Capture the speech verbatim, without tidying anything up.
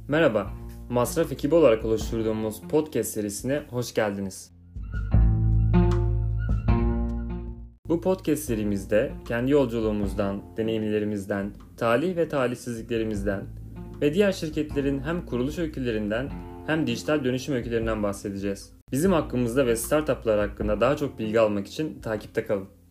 Merhaba, Masraf ekibi olarak oluşturduğumuz podcast serisine hoş geldiniz. Bu podcast serimizde kendi yolculuğumuzdan, deneyimlerimizden, talih ve talihsizliklerimizden ve diğer şirketlerin hem kuruluş öykülerinden hem dijital dönüşüm öykülerinden bahsedeceğiz. Bizim hakkımızda ve startuplar hakkında daha çok bilgi almak için takipte kalın.